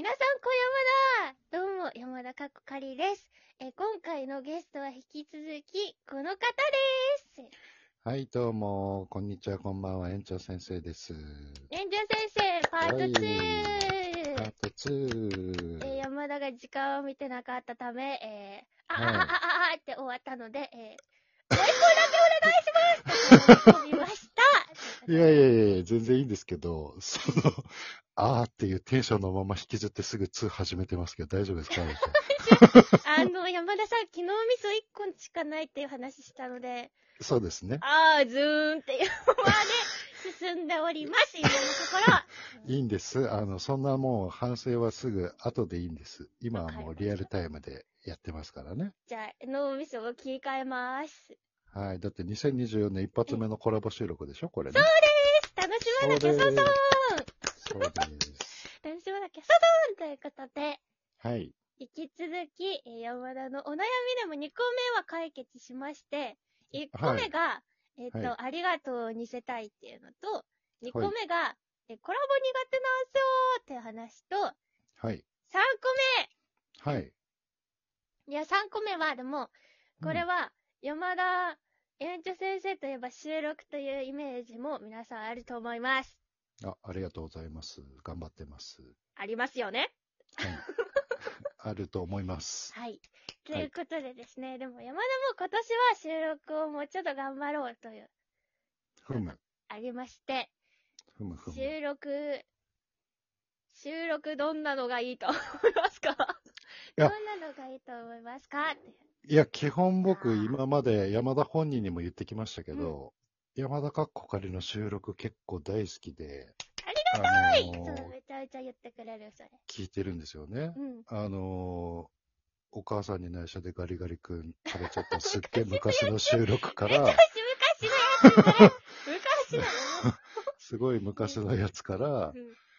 皆さん、小山田。どうも、山田かっこかりです。今回のゲストは引き続き、この方です。 はい、どうも、こんにちは、こんばんは、園長先生です。 園長先生、パート2。 パート2。 山田が時間を見てなかったため、って終わったので、もう一個だけお願いしますって飛びました。 いや、全然いいんですけど、あーっていうテンションのまま引きずってすぐ2始めてますけど、大丈夫ですか？ 山田さん、昨日味噌1個しかないっていう話したので、 そうですね。 ズーンっていうままで進んでおります、今のところ。 いいんです。そんなもう反省はすぐ後でいいんです。今はもうリアルタイムでやってますからね。 じゃあ、脳みそを切り替えます。 はい。だって2024年一発目のコラボ収録でしょこれね。 そうです。楽しまなきゃ、そうそうです。 楽しまなきゃ、そうということで、 はい。 引き続き、山田のお悩みでも2個目は解決しまして、1個目が、 はいありがとうを似せたいっていうのと、2個はい目が、コラボ苦手なんすよーっていう話と、 はい。 3個目はい。 いや、3個目は、でも、これは、山田園長先生といえば収録というイメージも皆さんあると思います。 ありがとうございます。頑張ってます。 ありますよね。 はい。あると思います。 はい。ということでですね、でも山田も今年は収録をもうちょっと頑張ろうという、ありまして、収録どんなのがいいと思いますか？どんなのがいいと思いますか？ いや、基本僕今まで山田本人にも言ってきましたけど、山田かっこかりの収録結構大好きで、 ありがたい、そうめちゃめちゃ言ってくれる、それ。 聞いてるんですよね。お母さんに内緒でガリガリ君食べちゃったすっげえ昔の収録から、 昔のやつ、昔のすごい昔のやつから、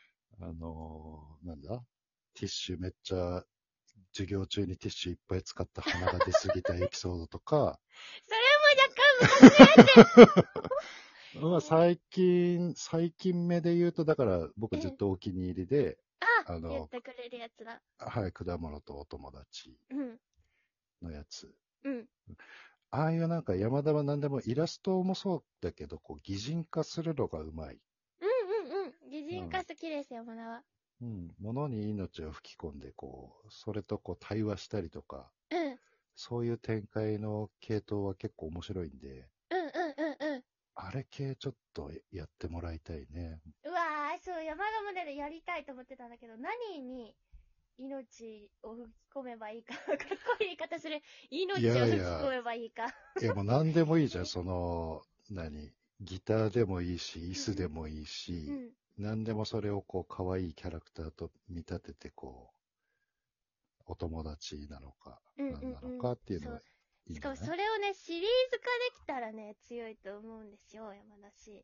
なんだティッシュめっちゃ、授業中にティッシュいっぱい使った鼻が出すぎたエピソードとか、 それも若干昔のやつまあ最近目で言うと、だから僕ずっとお気に入りで、 言ってくれるやつだ。 はい、果物とお友達のやつ。 うん。 ああいうなんか山田は何でもイラストもそうだけど、こう擬人化するのがうまい。 擬人化好きですよ、山田は。 物に命を吹き込んで、こう、それとこう対話したりとか、そういう展開の系統は結構面白いんで、あれ系ちょっとやってもらいたいね。 うわー、そう、山田もね、やりたいと思ってたんだけど、何に命を吹き込めばいいか、かっこいい言い方する。命を吹き込めばいいか。 いやもう何でもいいじゃん、ギターでもいいし、椅子でもいいし、何でもそれをこう、可愛いキャラクターと見立てて、こう、お友達なのか、何なのかっていうのがいいんじゃない？ しかもそれをね、シリーズ化できたらね、強いと思うんですよ、山田氏。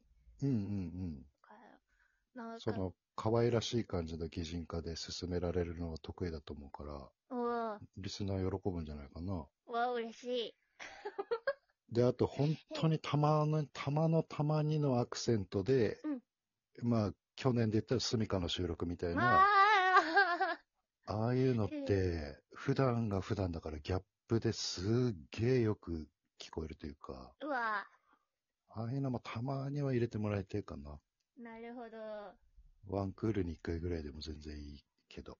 その、可愛らしい感じの擬人化で進められるのが得意だと思うから、リスナー喜ぶんじゃないかな。 嬉しい。 で、あと本当にたまにのアクセントで、まあ、去年で言ったらスミカの収録みたいな、ああいうのって、普段が普段だからギャップですっげえよく聞こえるというか、ああいうのもたまには入れてもらいたいかな。 なるほど。 ワンクールに1回ぐらいでも全然いいけど。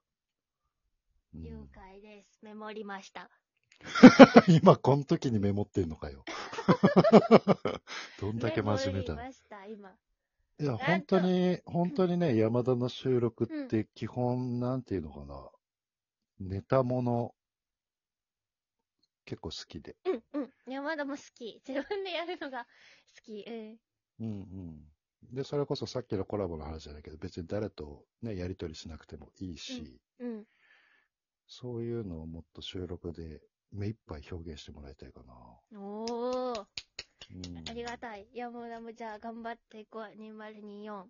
了解です。メモりました。 今この時にメモってんのかよ。どんだけ真面目だ。 メモりました、今。 いや、本当にね、山田の収録って基本、なんていうのかな、ネタもの、結構好きで。 山田も好き。自分でやるのが好き。 で、それこそさっきのコラボの話じゃないけど、別に誰とね、やりとりしなくてもいいし、そういうのをもっと収録で目いっぱい表現してもらいたいかな。 ありがたい。山田もじゃあ頑張っていこう。2024。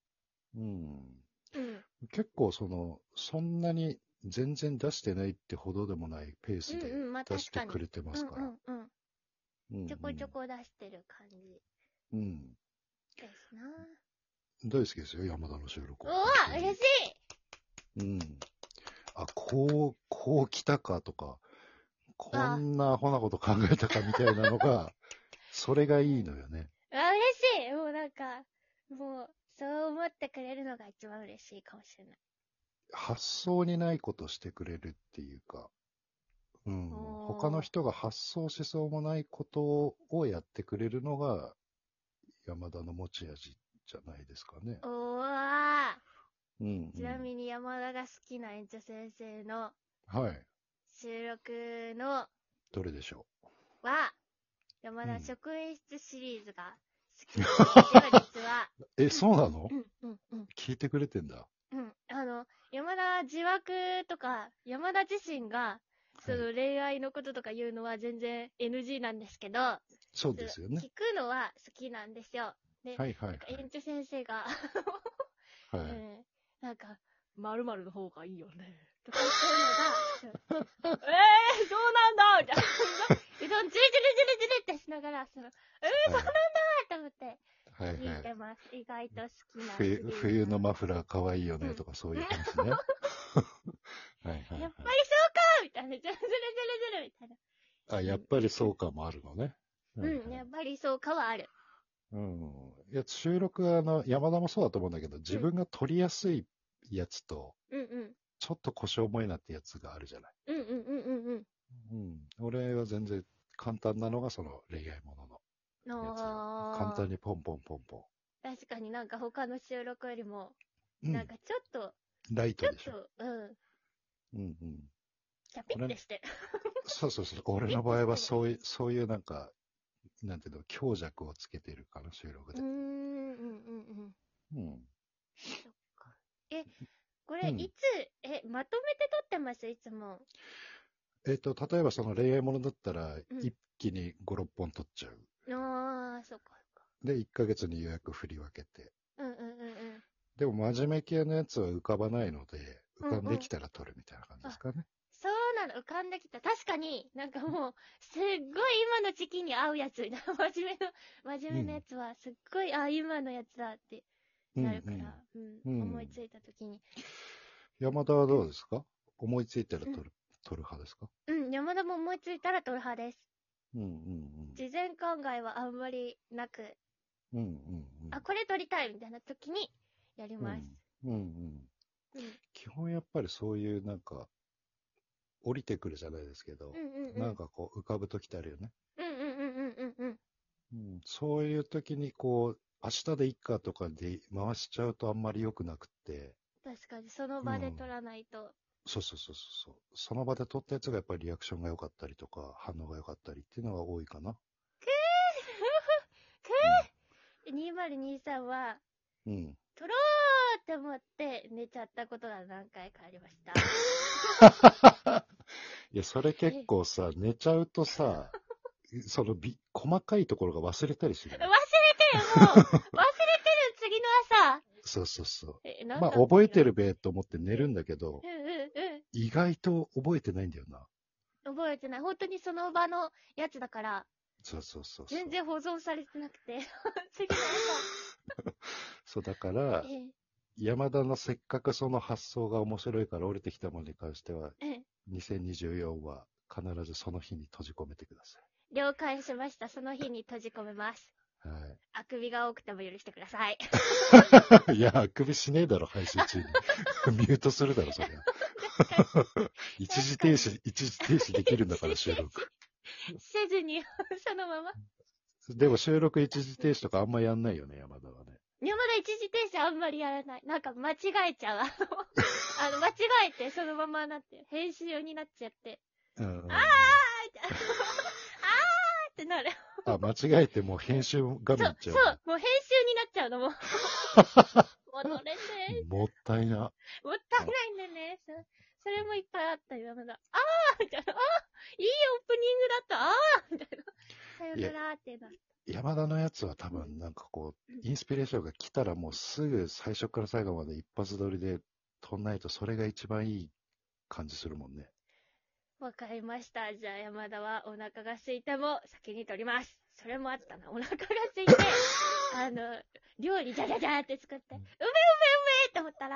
結構そんなに全然出してないってほどでもないペースで出してくれてますから。 ちょこちょこ出してる感じ。ですな。 大好きですよ、山田の収録。 嬉しい。 うん。あ、こう来たかとか、こんなアホなこと考えたかみたいなのが、それがいいのよね。 嬉しい。もうなんか、もう、そう思ってくれるのが一番嬉しいかもしれない。 発想にないことしてくれるっていうか、うん。他の人が発想しそうもないことをやってくれるのが、山田の持ち味じゃないですかね。 ちなみに山田が好きな園長先生の収録のどれでしょうは、山田職員室シリーズが好きなんですよ、実は。 そうなの？聞いてくれてんだ。 山田自枠とか、山田自身が、その恋愛のこととか言うのは全然 NG なんですけど、 そうですよね。 聞くのは好きなんですよ。で、園長先生がなんか、〇〇の方がいいよね。とか言ってるのが、そうなんだみたいな。じりじりってしながら、そうなんだと思って、聞いてます。意外と好きな。 冬のマフラーかわいいよねとかそういう話ね。 やっぱりそうかみたいな。ずるみたいな。 あ、やっぱりそうかもあるのね。 やっぱりそうかはある。 いや、収録は山田もそうだと思うんだけど、自分が撮りやすいやつと、ちょっと腰重いなってやつがあるじゃない。俺は全然簡単なのがその恋愛もののやつが。簡単にポンポンポンポン。 確かになんか他の収録よりも、なんかちょっと、 ライトでしょ。 キャピッてして。 そう。俺の場合はそういうなんか、なんていうの、強弱をつけてるかな、収録で。 そっか。これ、いつ、まとめて撮ってますいつも。 例えばその恋愛ものだったら、一気に5、6本撮っちゃう。 そっか。 で、1ヶ月に予約振り分けて。でも、真面目系のやつは浮かばないので、浮かんできたら撮るみたいな感じですかね。 そうなの、浮かんできた。確かに、なんかもう、すっごい今の時期に合うやつ。真面目なやつは、すっごい、今のやつだってなるから、思いついた時に。 山田はどうですか？思いついたら撮る派ですか？ 山田も思いついたら撮る派です。事前考えはあんまりなく、これ撮りたいみたいな時にやります。 基本やっぱりそういうなんか、降りてくるじゃないですけど、なんかこう浮かぶ時ってあるよね。そういう時にこう、明日でいっかとかで回しちゃうとあんまり良くなくって。 確かに、その場で撮らないと。 そう。その場で撮ったやつがやっぱりリアクションが良かったりとか、反応が良かったりっていうのが多いかな。 2023は、撮ろうって思って寝ちゃったことが何回かありました。 いや、それ結構さ、寝ちゃうとさ、その細かいところが忘れたりする。 忘れてる、もう忘れてる、次の朝。 そう。まあ、覚えてるべと思って寝るんだけど、意外と覚えてないんだよな。 覚えてない。本当にその場のやつだから。 そう。 全然保存されてなくて。次の朝。 そう、だから、山田のせっかくその発想が面白いから降りてきたものに関しては、2024は必ずその日に閉じ込めてください。 了解しました。その日に閉じ込めます。あくびが多くても許してください。 いや、あくびしねえだろ、配信中に。ミュートするだろ、そりゃ。一時停止できるんだから、収録。 せずに、そのまま。 でも収録一時停止とかあんまやんないよね、山田はね。 山田一時停止あんまりやらない。なんか間違えちゃう。間違えてそのままなって、編集用になっちゃって。ってなる。 間違えてもう編集画面いっちゃう。 そう、もう編集になっちゃうのも。戻れね。 もったいな。 もったいないんだね。それもいっぱいあったよ、山田。みたいな。いいオープニングだった。みたいな。さよならってなった。 山田のやつは多分なんかこう、インスピレーションが来たらもうすぐ最初から最後まで一発撮りで撮んないとそれが一番いい感じするもんね。 わかりました。じゃあ山田はお腹が空いても先に撮ります。それもあったな。お腹が空いて、料理じゃじゃじゃって作って、うめって思ったら、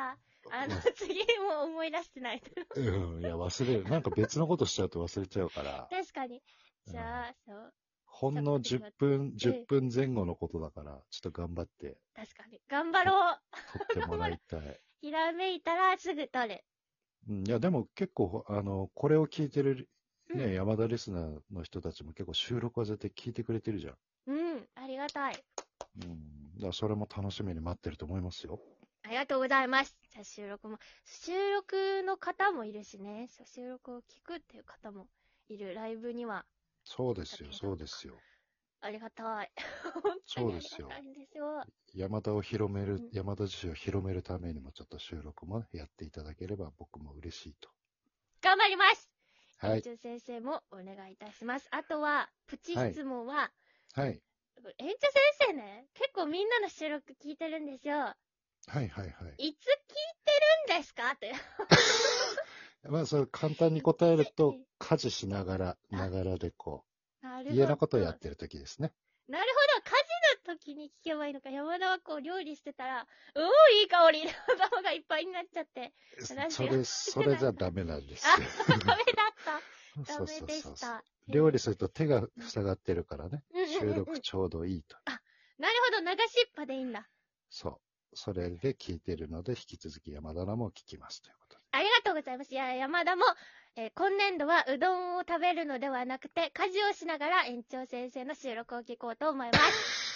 次も思い出してない。 うん、いや、忘れる。なんか別のことしちゃうと忘れちゃうから。 確かに。じゃあ、そう。 ほんの10分前後のことだから、ちょっと頑張って。 確かに。頑張ろう。 撮ってもらいたい。 ひらめいたらすぐ撮る。 うん、いや、でも結構、これを聞いてる、ね、山田リスナーの人たちも結構収録は絶対聞いてくれてるじゃん。 うん、ありがたい。 うん。だからそれも楽しみに待ってると思いますよ。 ありがとうございます。じゃあ収録の方もいるしね。収録を聞くっていう方もいる。ライブには。 そうですよ、そうですよ。 ありがたい。 そうですよ。山田自身を広めるためにもちょっと収録もやっていただければ僕も嬉しいと。 頑張ります。 はい。 園長先生もお願いいたします。あとは、プチ質問は、 はい。 園長先生ね、結構みんなの収録聞いてるんですよ。 はいはいはい。 いつ聞いてるんですかって。 まあ、それ簡単に答えると、家事しながら、でこう、家のことをやってる時ですね。 なるほど。家事の時に聞けばいいのか。山田はこう料理してたら、いい香り。頭がいっぱいになっちゃって。 それじゃダメなんですよ。 ダメだった。ダメでした。 料理すると手が塞がってるからね。収録ちょうどいいと。 なるほど。流しっぱでいいんだ。 そう。それで聞いてるので、引き続き山田のも聞きますということで。 ありがとうございます。いや、山田も、今年度はうどんを食べるのではなくて、家事をしながら園長先生の収録を聞こうと思います。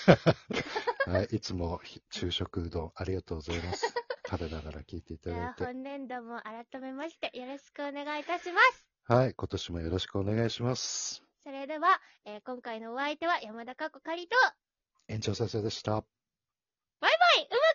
はい、いつも昼食うどんありがとうございます。食べながら聞いていただいて。 本年度も改めましてよろしくお願いいたします。 はい、今年もよろしくお願いします。 それでは、今回のお相手は山田かこかりと、 園長先生でした。 バイバイ。